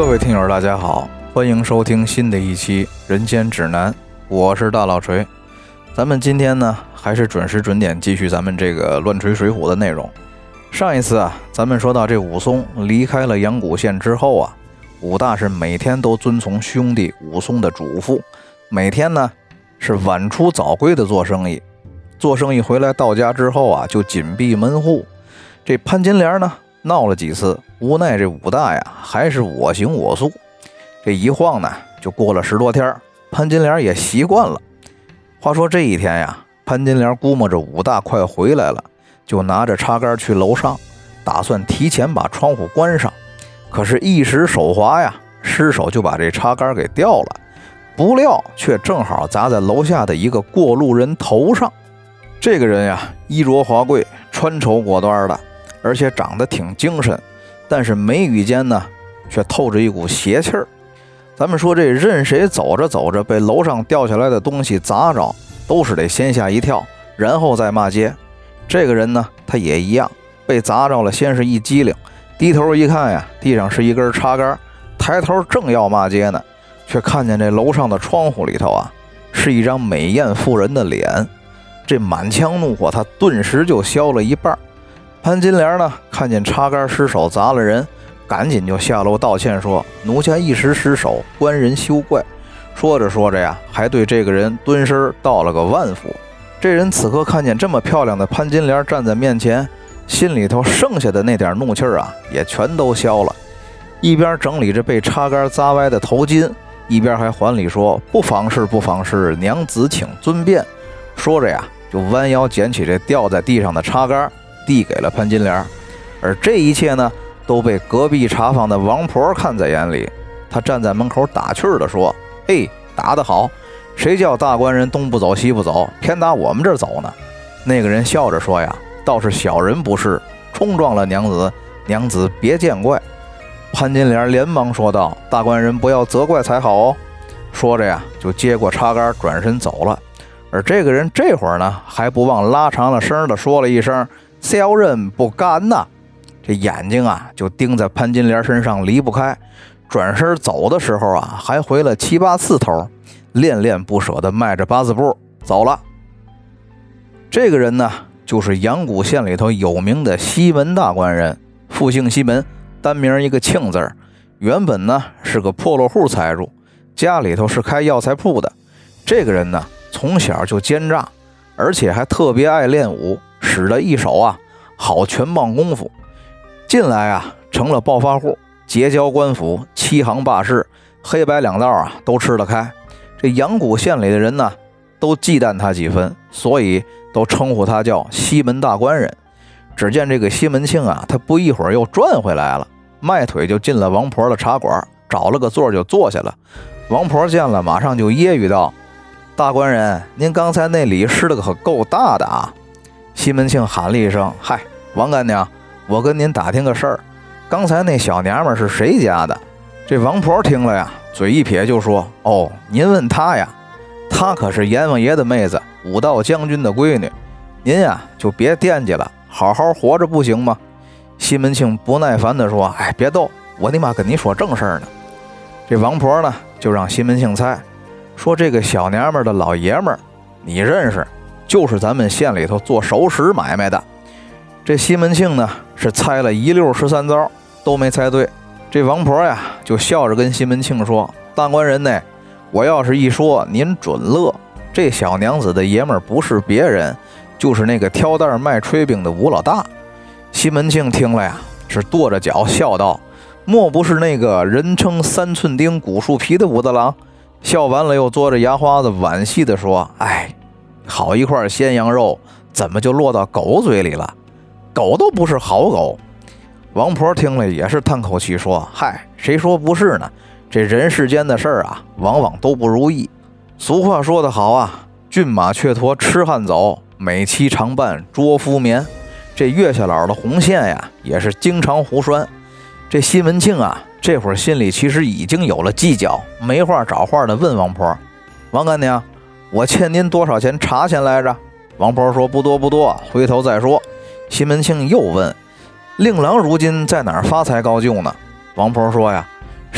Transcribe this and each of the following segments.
各位听友大家好，欢迎收听新的一期人间指南，我是大老锤。咱们今天呢还是准时准点继续咱们这个乱锤水浒的内容。上一次啊，咱们说到这武松离开了阳谷县之后啊，武大是每天都遵从兄弟武松的嘱咐，每天呢是晚出早归的做生意。做生意回来到家之后啊，就紧闭门户。这潘金莲呢闹了几次，无奈这武大呀还是我行我素。这一晃呢就过了10多天，潘金莲也习惯了。话说这一天呀，潘金莲估摸着武大快回来了，就拿着插杆去楼上，打算提前把窗户关上。可是一时手滑呀，失手就把这插杆给掉了，不料却正好砸在楼下的一个过路人头上。这个人呀衣着华贵，穿绸裹缎的，而且长得挺精神，但是眉宇间呢却透着一股邪气儿。咱们说这任谁走着走着被楼上掉下来的东西砸着，都是得先吓一跳，然后再骂街。这个人呢他也一样，被砸着了，先是一激灵，低头一看呀，地上是一根插杆，抬头正要骂街呢，却看见这楼上的窗户里头啊是一张美艳妇人的脸。这满腔怒火他顿时就消了一半。潘金莲呢看见插杆失手砸了人，赶紧就下楼道歉说，奴家一时失手，官人休怪。说着说着呀，还对这个人蹲身道了个万福。这人此刻看见这么漂亮的潘金莲站在面前，心里头剩下的那点怒气啊也全都消了，一边整理着被插杆砸歪的头巾，一边还还礼说，不妨事不妨事，娘子请尊便。说着呀就弯腰捡起这掉在地上的插杆，递给了潘金莲。而这一切呢都被隔壁茶坊的王婆看在眼里，她站在门口打趣的说，嘿，打得好，谁叫大官人东不走西不走，偏打我们这儿走呢？那个人笑着说呀，倒是小人不是，冲撞了娘子，娘子别见怪。潘金莲连忙说道，大官人不要责怪才好哦。说着呀就接过插杆转身走了。而这个人这会儿呢还不忘拉长了声的说了一声，小人不敢呐。这眼睛啊就盯在潘金莲身上离不开，转身走的时候啊还回了7、8次头，恋恋不舍的迈着8字步走了。这个人呢就是阳谷县里头有名的西门大官人，复姓西门，单名一个庆字。原本呢是个破落户财主，家里头是开药材铺的。这个人呢从小就奸诈，而且还特别爱练武，使了一手啊好拳棒功夫。近来啊成了暴发户，结交官府，7行霸市，黑白两道啊都吃得开。这阳谷县里的人呢都忌惮他几分，所以都称呼他叫西门大官人。只见这个西门庆啊，他不一会儿又转回来了，迈腿就进了王婆的茶馆，找了个座就坐下了。王婆见了马上就揶揄道，大官人，您刚才那礼施的可够大的啊！西门庆喊了一声，嗨，王干娘，我跟您打听个事儿，刚才那小娘们是谁家的？这王婆听了呀，嘴一撇就说，哦，您问她呀，她可是阎王爷的妹子，武道将军的闺女，您呀就别惦记了，好好活着不行吗？西门庆不耐烦地说，哎，别逗，我你妈跟你说正事儿呢。这王婆呢就让西门庆猜，说这个小娘们的老爷们儿你认识，就是咱们县里头做熟食买卖的。这西门庆呢是猜了一溜13遭都没猜对。这王婆呀就笑着跟西门庆说，大官人呢，我要是一说您准乐，这小娘子的爷们儿不是别人，就是那个挑担卖炊饼的吴老大。西门庆听了呀是跺着脚笑道，莫不是那个人称3寸丁古树皮的武大郎？笑完了又嘬着牙花子惋惜地说，哎，好一块鲜羊肉怎么就落到狗嘴里了，狗都不是好狗。王婆听了也是叹口气说，嗨，谁说不是呢，这人世间的事儿啊往往都不如意。俗话说得好啊，骏马雀驮痴汉走，美妻常伴捉夫眠。这月下老的红线呀也是经常胡拴。这西门庆啊这会儿心里其实已经有了计较，没话找话的问王婆，王干娘，我欠您多少钱茶钱来着？王婆说，不多不多，回头再说。西门庆又问，令郎如今在哪儿发财高就呢？王婆说呀，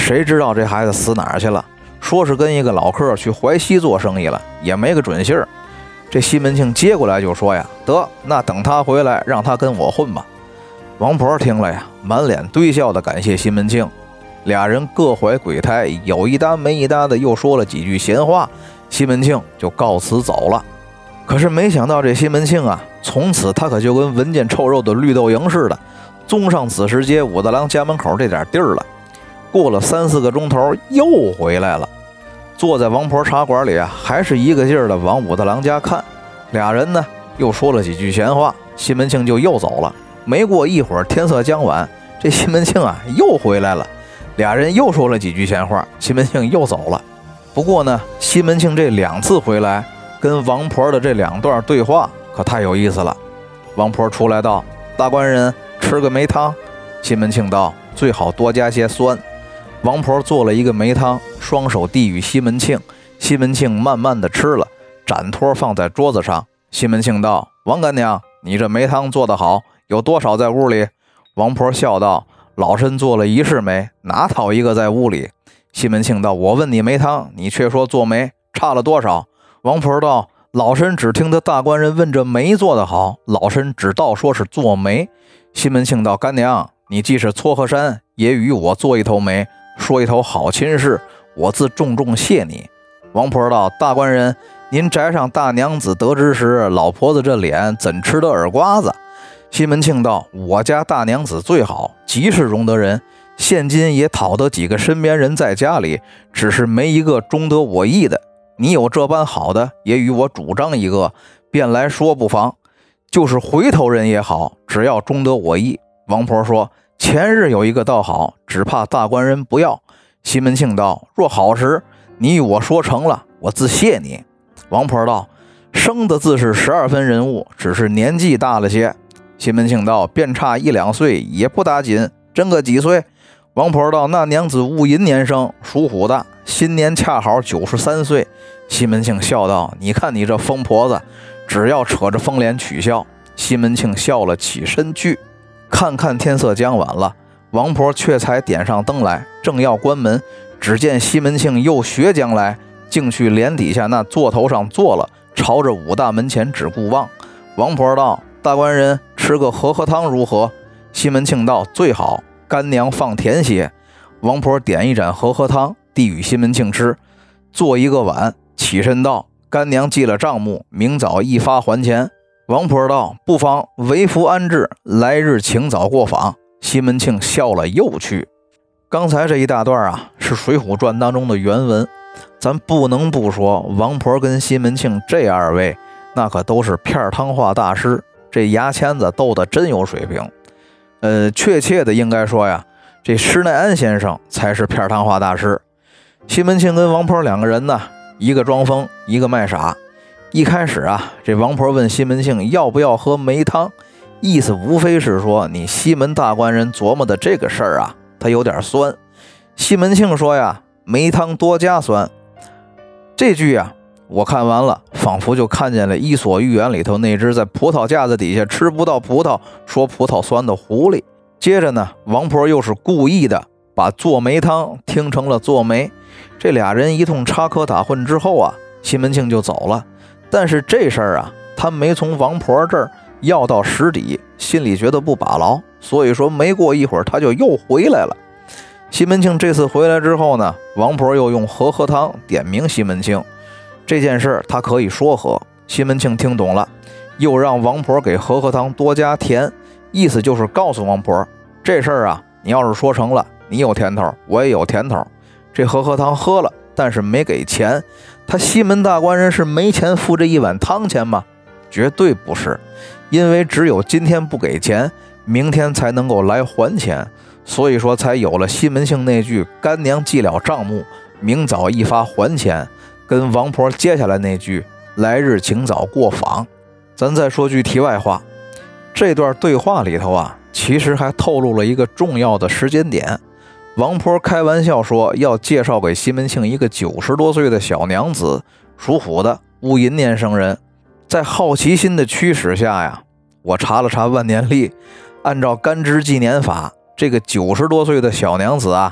谁知道这孩子死哪儿去了？说是跟一个老客去淮西做生意了，也没个准信儿。这西门庆接过来就说呀，得，那等他回来让他跟我混吧。王婆听了呀，满脸堆笑的感谢西门庆。俩人各怀鬼胎，有一搭没一搭的又说了几句闲话，西门庆就告辞走了。可是没想到这西门庆啊，从此他可就跟闻见臭肉的绿豆蝇似的，综上子时街武大郎家门口这点地儿了。过了3、4个钟头又回来了，坐在王婆茶馆里啊，还是一个劲儿的往武大郎家看。俩人呢又说了几句闲话，西门庆就又走了。没过一会儿，天色将晚，这西门庆啊又回来了。俩人又说了几句闲话，西门庆又走了。不过呢，西门庆这2次回来跟王婆的这2段对话可太有意思了。王婆出来道：“大官人吃个梅汤。”西门庆道：“最好多加些酸。”王婆做了一个梅汤，双手递与西门庆，西门庆慢慢的吃了，盏托放在桌子上。西门庆道：“王干娘，你这梅汤做得好，有多少在屋里？”王婆笑道：“老身做了1世梅，哪讨一个在屋里？”西门庆道：“我问你梅汤，你却说做梅，差了多少？”王婆道：“老身只听得大官人问这梅做得好，老身只道说是做梅。”西门庆道：“干娘，你既是撮合山，也与我做一头梅，说一头好亲事，我自重重谢你。”王婆道：“大官人，您宅上大娘子得知时，老婆子这脸怎吃得耳瓜子？”西门庆道：“我家大娘子最好，极是容得人，现今也讨得几个身边人在家里，只是没一个中得我意的。你有这般好的，也与我主张一个，便来说不妨。就是回头人也好，只要中得我意。”王婆说：“前日有一个倒好，只怕大官人不要。”西门庆道：“若好时，你与我说成了，我自谢你。”王婆道：“生的自是12分人物，只是年纪大了些。”西门庆道：“便差1、2岁，也不打紧，真个几岁？”王婆道：“那娘子戊寅年生，属虎的，新年恰好93岁。”西门庆笑道：“你看你这疯婆子，只要扯着风脸取笑。”西门庆笑了，起身去。看看天色将晚了，王婆却才点上灯来，正要关门，只见西门庆又学将来，竟去帘底下那座头上坐了，朝着武大门前只顾望。王婆道：“大官人吃个和合汤如何？”西门庆道：“最好，干娘放甜些。”王婆点一盏和合汤，递与西门庆吃，做一个碗，起身道：“干娘记了账目，明早一发还钱。”王婆道：“不妨，为夫安置，来日请早过访。”西门庆笑了，又去。刚才这一大段啊，是《水浒传》当中的原文，咱不能不说，王婆跟西门庆这2位，那可都是片汤话大师，这牙签子斗得真有水平。确切的应该说呀，这施耐庵先生才是片汤话大师。西门庆跟王婆2个人呢，一个装疯，一个卖傻。一开始啊，这王婆问西门庆要不要喝梅汤，意思无非是说你西门大官人琢磨的这个事儿啊，他有点酸。西门庆说呀，梅汤多加酸。这句啊，我看完了，仿佛就看见了《伊索寓言》里头那只在葡萄架子底下吃不到葡萄，说葡萄酸的狐狸。接着呢，王婆又是故意的把做梅汤听成了做梅。这俩人一通插科打诨之后啊，西门庆就走了。但是这事儿啊，他没从王婆这儿要到实底，心里觉得不把牢，所以说没过一会儿他就又回来了。西门庆这次回来之后呢，王婆又用和合汤点名西门庆，这件事他可以说和。西门庆听懂了，又让王婆给和合汤多加甜，意思就是告诉王婆，这事儿啊，你要是说成了，你有甜头，我也有甜头。这和合汤喝了，但是没给钱，他西门大官人是没钱付这一碗汤钱吗？绝对不是，因为只有今天不给钱，明天才能够来还钱，所以说才有了西门庆那句干娘记了账目，明早一发还钱，跟王婆接下来那句来日请早过访。咱再说句题外话，这段对话里头啊，其实还透露了一个重要的时间点。王婆开玩笑说要介绍给西门庆一个90多岁的小娘子，属虎的，戊寅年生人。在好奇心的驱使下呀，我查了查万年历，按照干支纪年法，这个90多岁的小娘子啊，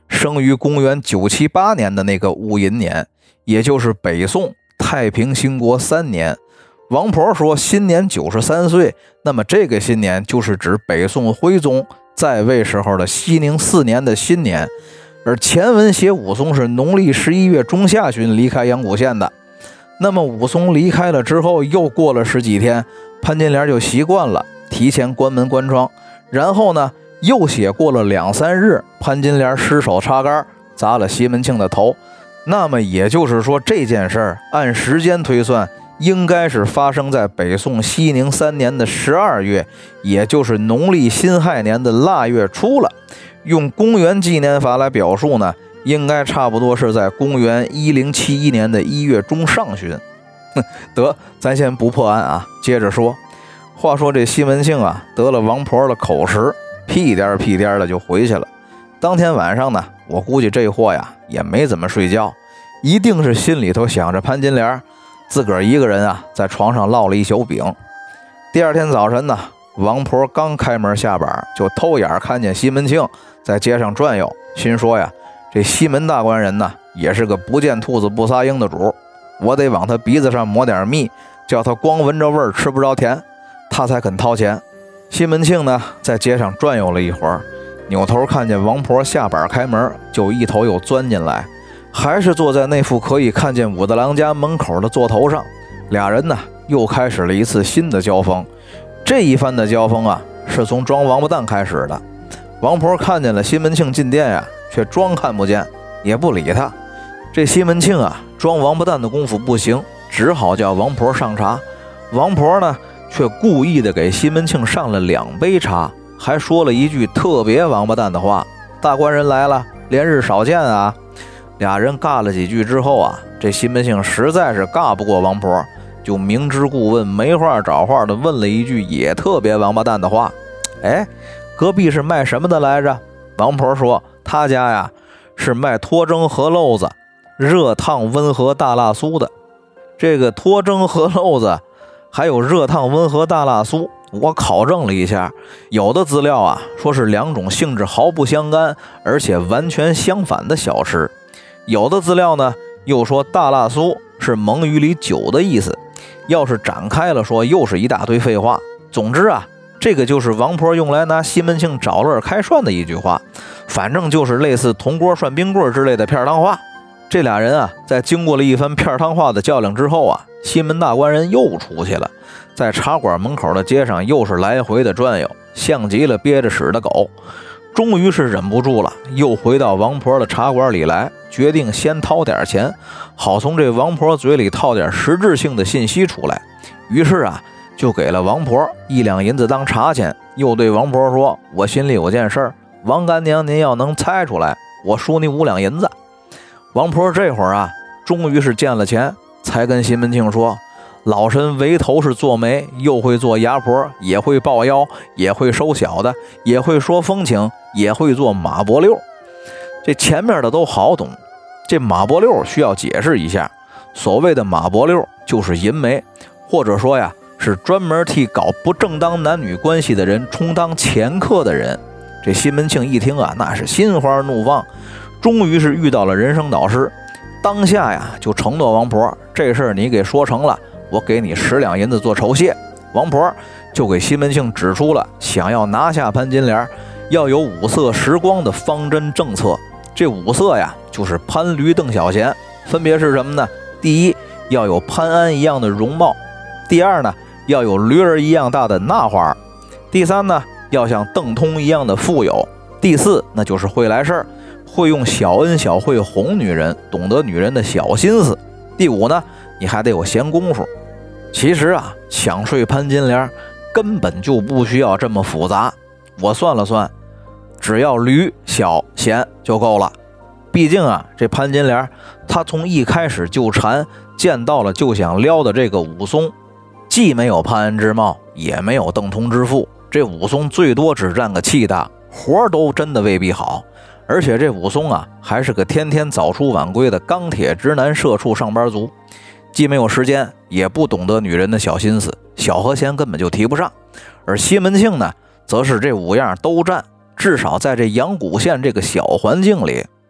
生于公元978年的那个戊寅年，也就是北宋太平兴国3年。王婆说新年93岁，那么这个新年就是指北宋徽宗在位时候的熙宁4年的新年。而前文写武松是农历11月中下旬离开阳谷县的，那么武松离开了之后，又过了10几天，潘金莲就习惯了提前关门关窗，然后呢又写过了2、3日，潘金莲失手插杆砸了西门庆的头。那么也就是说，这件事儿按时间推算，应该是发生在北宋熙宁3年的12月，也就是农历辛亥年的腊月初了。用公元纪年法来表述呢，应该差不多是在公元1071年的1月中上旬。得，咱先不破案啊，接着说。话说这西门庆啊，得了王婆的口实，屁颠屁颠的就回去了。当天晚上呢，我估计这货呀也没怎么睡觉，一定是心里头想着潘金莲，自个儿一个人啊在床上烙了一宿饼。第二天早晨呢，王婆刚开门下班，就偷眼看见西门庆在街上转悠，心说呀，这西门大官人呢也是个不见兔子不撒鹰的主，我得往他鼻子上抹点蜜，叫他光闻着味儿吃不着甜，他才肯掏钱。西门庆呢在街上转悠了一会儿，扭头看见王婆下班开门，就一头又钻进来，还是坐在那副可以看见武大郎家门口的座头上。俩人呢又开始了一次新的交锋。这一番的交锋啊，是从装王八蛋开始的。王婆看见了西门庆进店呀，却装看不见，也不理他。这西门庆啊，装王八蛋的功夫不行，只好叫王婆上茶。王婆呢，却故意的给西门庆上了2杯茶，还说了一句特别王八蛋的话：“大官人来了，连日少见啊。”俩人尬了几句之后啊，这西门庆实在是尬不过王婆，就明知故问，没话找话的问了一句也特别王八蛋的话：“哎，隔壁是卖什么的来着？”王婆说：“他家呀是卖脱蒸河漏子、热烫温和大辣酥的。”这个脱蒸河漏子还有热烫温和大辣酥，我考证了一下，有的资料啊说是2种性质毫不相干而且完全相反的小吃，有的资料呢又说大辣酥是蒙语里酒的意思，要是展开了说又是一大堆废话。总之啊，这个就是王婆用来拿西门庆找乐开涮的一句话，反正就是类似铜锅涮冰棍之类的片汤话。这俩人啊，在经过了一番片汤话的较量之后啊，西门大官人又出去了，在茶馆门口的街上又是来回的转悠，像极了憋着屎的狗。终于是忍不住了，又回到王婆的茶馆里来，决定先掏点钱，好从这王婆嘴里套点实质性的信息出来。于是啊，就给了王婆1两银子当茶钱，又对王婆说：“我心里有件事儿，王干娘您要能猜出来，我输你5两银子。”王婆这会儿啊，终于是见了钱，才跟西门庆说：“老身为头是做媒，又会做牙婆，也会抱腰，也会收小的，也会说风情，也会做马脖溜。”这前面的都好懂，这马脖溜需要解释一下。所谓的马脖溜就是淫媒，或者说呀，是专门替搞不正当男女关系的人充当掮客的人。这西门庆一听啊，那是心花怒放，终于是遇到了人生导师。当下呀，就承诺王婆，这事儿你给说成了，我给你10两银子做酬谢。王婆就给西门庆指出了想要拿下潘金莲要有5色时光的方针政策。这5色呀，就是潘驴邓小闲，分别是什么呢？第一，要有潘安一样的容貌；第二呢，要有驴儿一样大的纳花；第三呢，要像邓通一样的富有；第四，那就是会来事儿，会用小恩小惠哄女人，懂得女人的小心思；第五呢，你还得有闲工夫。其实啊，想睡潘金莲根本就不需要这么复杂，我算了算，只要驴小闲就够了。毕竟啊，这潘金莲她从一开始就馋，见到了就想撩的这个武松，既没有潘安之貌，也没有邓通之富，这武松最多只占个气大，活都真的未必好。而且这武松啊，还是个天天早出晚归的钢铁直男社畜上班族，既没有时间，也不懂得女人的小心思，小和弦根本就提不上。而西门庆呢，则是这5样都占，至少在这阳谷县这个小环境里，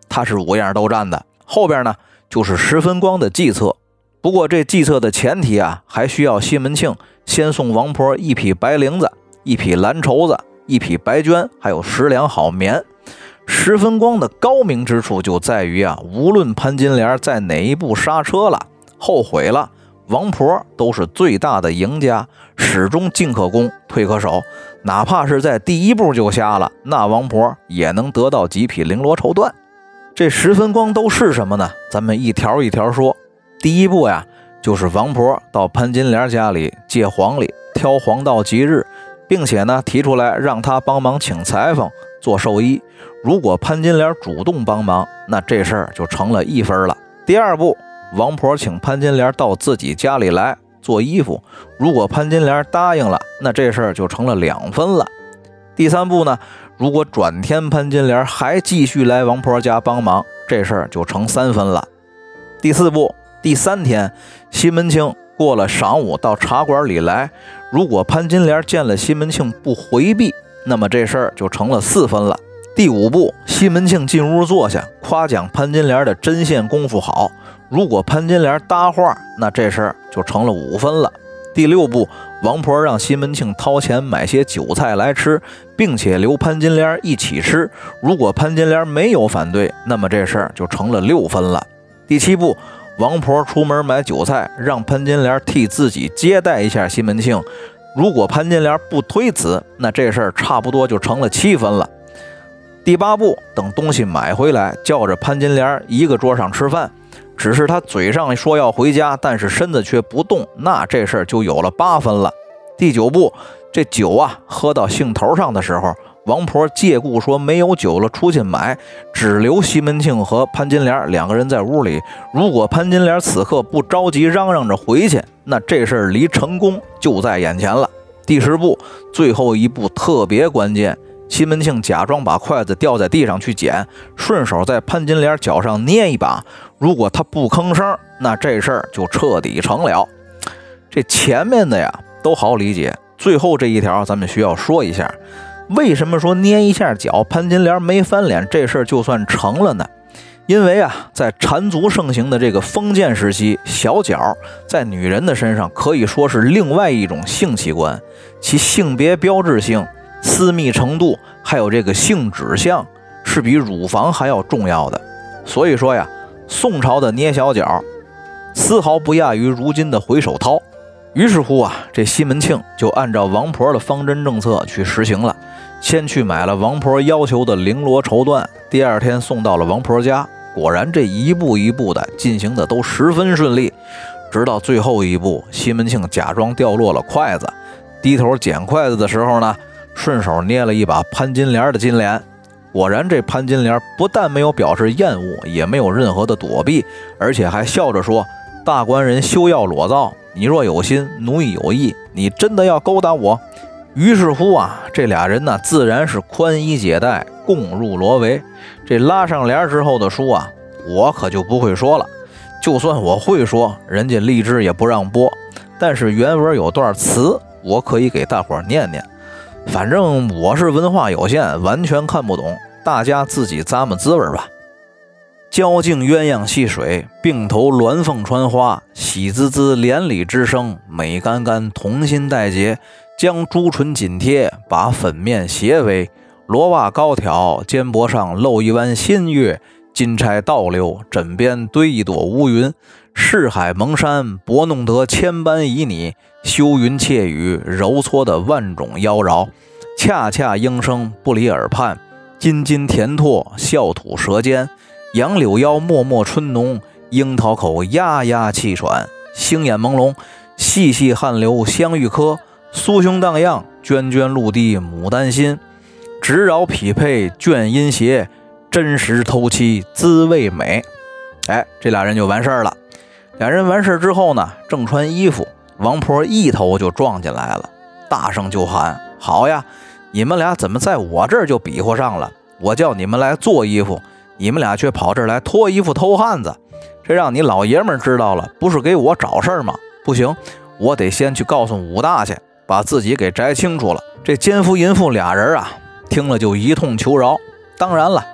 他是五样都占的。后边呢就是石分光的计策，不过这计策的前提啊，还需要西门庆先送王婆一匹白绫子、一匹蓝绸子、一匹白绢，还有10两好棉。石分光的高明之处就在于啊，无论潘金莲在哪一步刹车了、后悔了，王婆都是最大的赢家，始终进可攻，退可守。哪怕是在第一步就瞎了，那王婆也能得到几匹绫罗绸缎。这十分光都是什么呢？咱们一条一条说。第一步呀，就是王婆到潘金莲家里借黄历，挑黄道吉日，并且呢提出来让他帮忙请裁缝做寿衣。如果潘金莲主动帮忙，那这事儿就成了1分了。第二步，王婆请潘金莲到自己家里来做衣服，如果潘金莲答应了，那这事儿就成了2分了。第三步呢，如果转天潘金莲还继续来王婆家帮忙，这事儿就成3分了。第四步，第3天，西门庆过了晌午到茶馆里来，如果潘金莲见了西门庆不回避，那么这事儿就成了4分了。第5步，西门庆进屋坐下，夸奖潘金莲的针线功夫好，如果潘金莲搭话，那这事儿就成了5分了。第6步，王婆让西门庆掏钱买些酒菜来吃，并且留潘金莲一起吃，如果潘金莲没有反对，那么这事儿就成了6分了。第7步，王婆出门买酒菜，让潘金莲替自己接待一下西门庆，如果潘金莲不推辞，那这事儿差不多就成了7分了。第8步，等东西买回来，叫着潘金莲一个桌上吃饭，只是他嘴上说要回家，但是身子却不动，那这事儿就有了8分了。第9步，这酒啊喝到兴头上的时候，王婆借故说没有酒了，出去买，只留西门庆和潘金莲2个人在屋里。如果潘金莲此刻不着急嚷嚷着回去，那这事儿离成功就在眼前了。第10步，最后一步特别关键，西门庆假装把筷子掉在地上去捡，顺手在潘金莲脚上捏一把，如果他不吭声，那这事儿就彻底成了。这前面的呀都好理解，最后这一条咱们需要说一下，为什么说捏一下脚潘金莲没翻脸这事儿就算成了呢？因为啊，在缠足盛行的这个封建时期，小脚在女人的身上可以说是另外一种性器官，其性别标志性、私密程度还有这个性指向是比乳房还要重要的。所以说呀，宋朝的捏小脚丝毫不亚于如今的回手掏。于是乎啊，这西门庆就按照王婆的方针政策去实行了，先去买了王婆要求的绫罗绸缎，第2天送到了王婆家。果然这一步一步的进行的都十分顺利，直到最后一步，西门庆假装掉落了筷子，低头捡筷子的时候呢，顺手捏了一把潘金莲的金莲。果然这潘金莲不但没有表示厌恶，也没有任何的躲避，而且还笑着说，大官人休要裸造，你若有心，奴役有意，你真的要勾搭我？于是乎啊，这俩人呢自然是宽衣解带，共入罗帷。这拉上帘之后的书啊，我可就不会说了，就算我会说，人家荔枝也不让播，但是原文有段词我可以给大伙念念，反正我是文化有限，完全看不懂，大家自己咂摸滋味吧。交颈鸳鸯戏水，并头鸾凤穿花，喜滋滋连理之声，美干干同心带结，将朱唇紧贴，把粉面斜围，罗袜高挑，肩膊上露一弯新月，金钗倒溜，枕边堆一朵乌云，世海蒙山，拨弄得千般旖旎，修云窃雨，揉搓的万种妖娆，恰恰应声不离耳畔，津津甜唾，笑吐舌尖，杨柳腰脉脉春浓，樱桃口压压气喘，星眼朦胧，细细汗流香玉颗，酥胸荡漾，涓涓露滴牡丹心，直扰匹配倦阴邪，真实偷妻滋味美。这俩人就完事儿了。俩人完事之后呢，正穿衣服，王婆一头就撞进来了，大声就喊，好呀，你们俩怎么在我这儿就比划上了？我叫你们来做衣服，你们俩却跑这儿来脱衣服偷汉子，这让你老爷们知道了，不是给我找事儿吗？不行，我得先去告诉武大去，把自己给摘清楚了。这奸夫淫妇俩人啊，听了就一通求饶。当然了，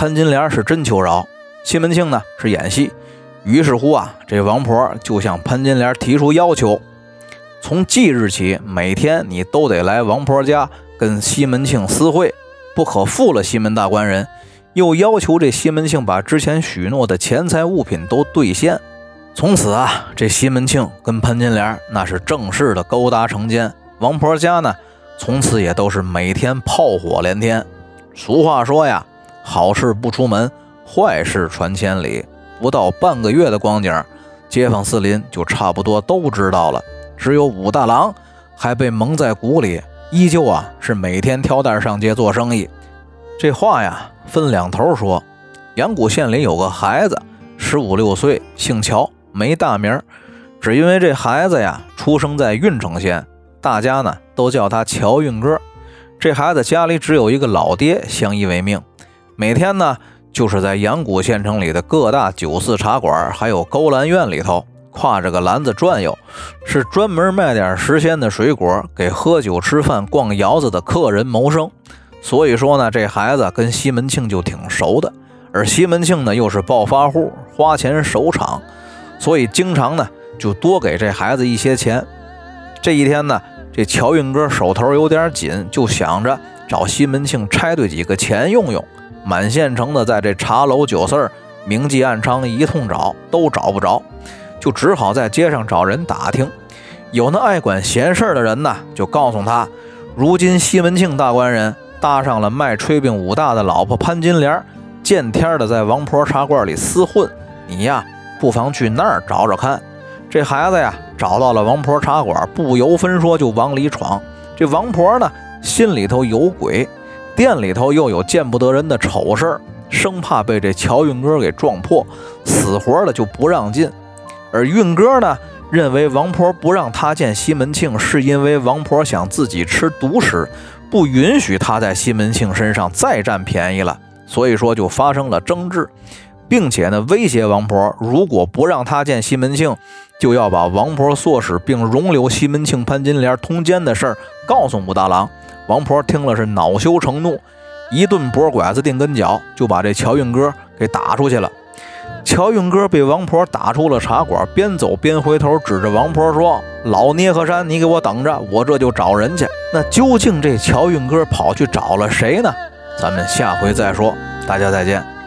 潘金莲是真求饶，西门庆呢是演戏。于是乎啊，这王婆就向潘金莲提出要求，从即日起，每天你都得来王婆家跟西门庆私会，不可负了西门大官人。又要求这西门庆把之前许诺的钱财物品都兑现。从此啊，这西门庆跟潘金莲那是正式的勾搭成奸。王婆家呢，从此也都是每天炮火连天。俗话说呀，好事不出门，坏事传千里。不到半个月的光景，街坊四邻就差不多都知道了。只有武大郎还被蒙在鼓里，依旧啊是每天挑担上街做生意。这话呀分两头说。阳谷县里有个孩子15、16岁，姓乔，没大名，只因为这孩子呀出生在郓城县，大家呢都叫他乔运哥。这孩子家里只有一个老爹相依为命，每天呢就是在阳谷县城里的各大酒肆茶馆还有勾栏院里头挎着个篮子转悠，是专门卖点时鲜的水果给喝酒吃饭逛窑子的客人谋生。所以说呢，这孩子跟西门庆就挺熟的，而西门庆呢又是暴发户，花钱守场，所以经常呢就多给这孩子一些钱。这一天呢，这乔运哥手头有点紧，就想着找西门庆拆对几个钱用用。满县城的在这茶楼酒肆明记暗娼一通找，都找不着，就只好在街上找人打听。有那爱管闲事的人呢，就告诉他，如今西门庆大官人搭上了卖炊饼武大的老婆潘金莲，见天的在王婆茶馆里厮混，你呀不妨去那儿找找看。这孩子呀找到了王婆茶馆，不由分说就往里闯。这王婆呢心里头有鬼，店里头又有见不得人的丑事，生怕被这乔运哥给撞破，死活的就不让进。而运哥呢认为王婆不让他见西门庆，是因为王婆想自己吃独食，不允许他在西门庆身上再占便宜了，所以说就发生了争执，并且呢威胁王婆，如果不让他见西门庆，就要把王婆唆使并容留西门庆潘金莲通奸的事儿告诉武大郎。王婆听了是恼羞成怒，一顿拨拐子定跟脚，就把这乔运哥给打出去了。乔运哥被王婆打出了茶馆，边走边回头指着王婆说，老捏和山，你给我等着，我这就找人去。那究竟这乔运哥跑去找了谁呢？咱们下回再说，大家再见。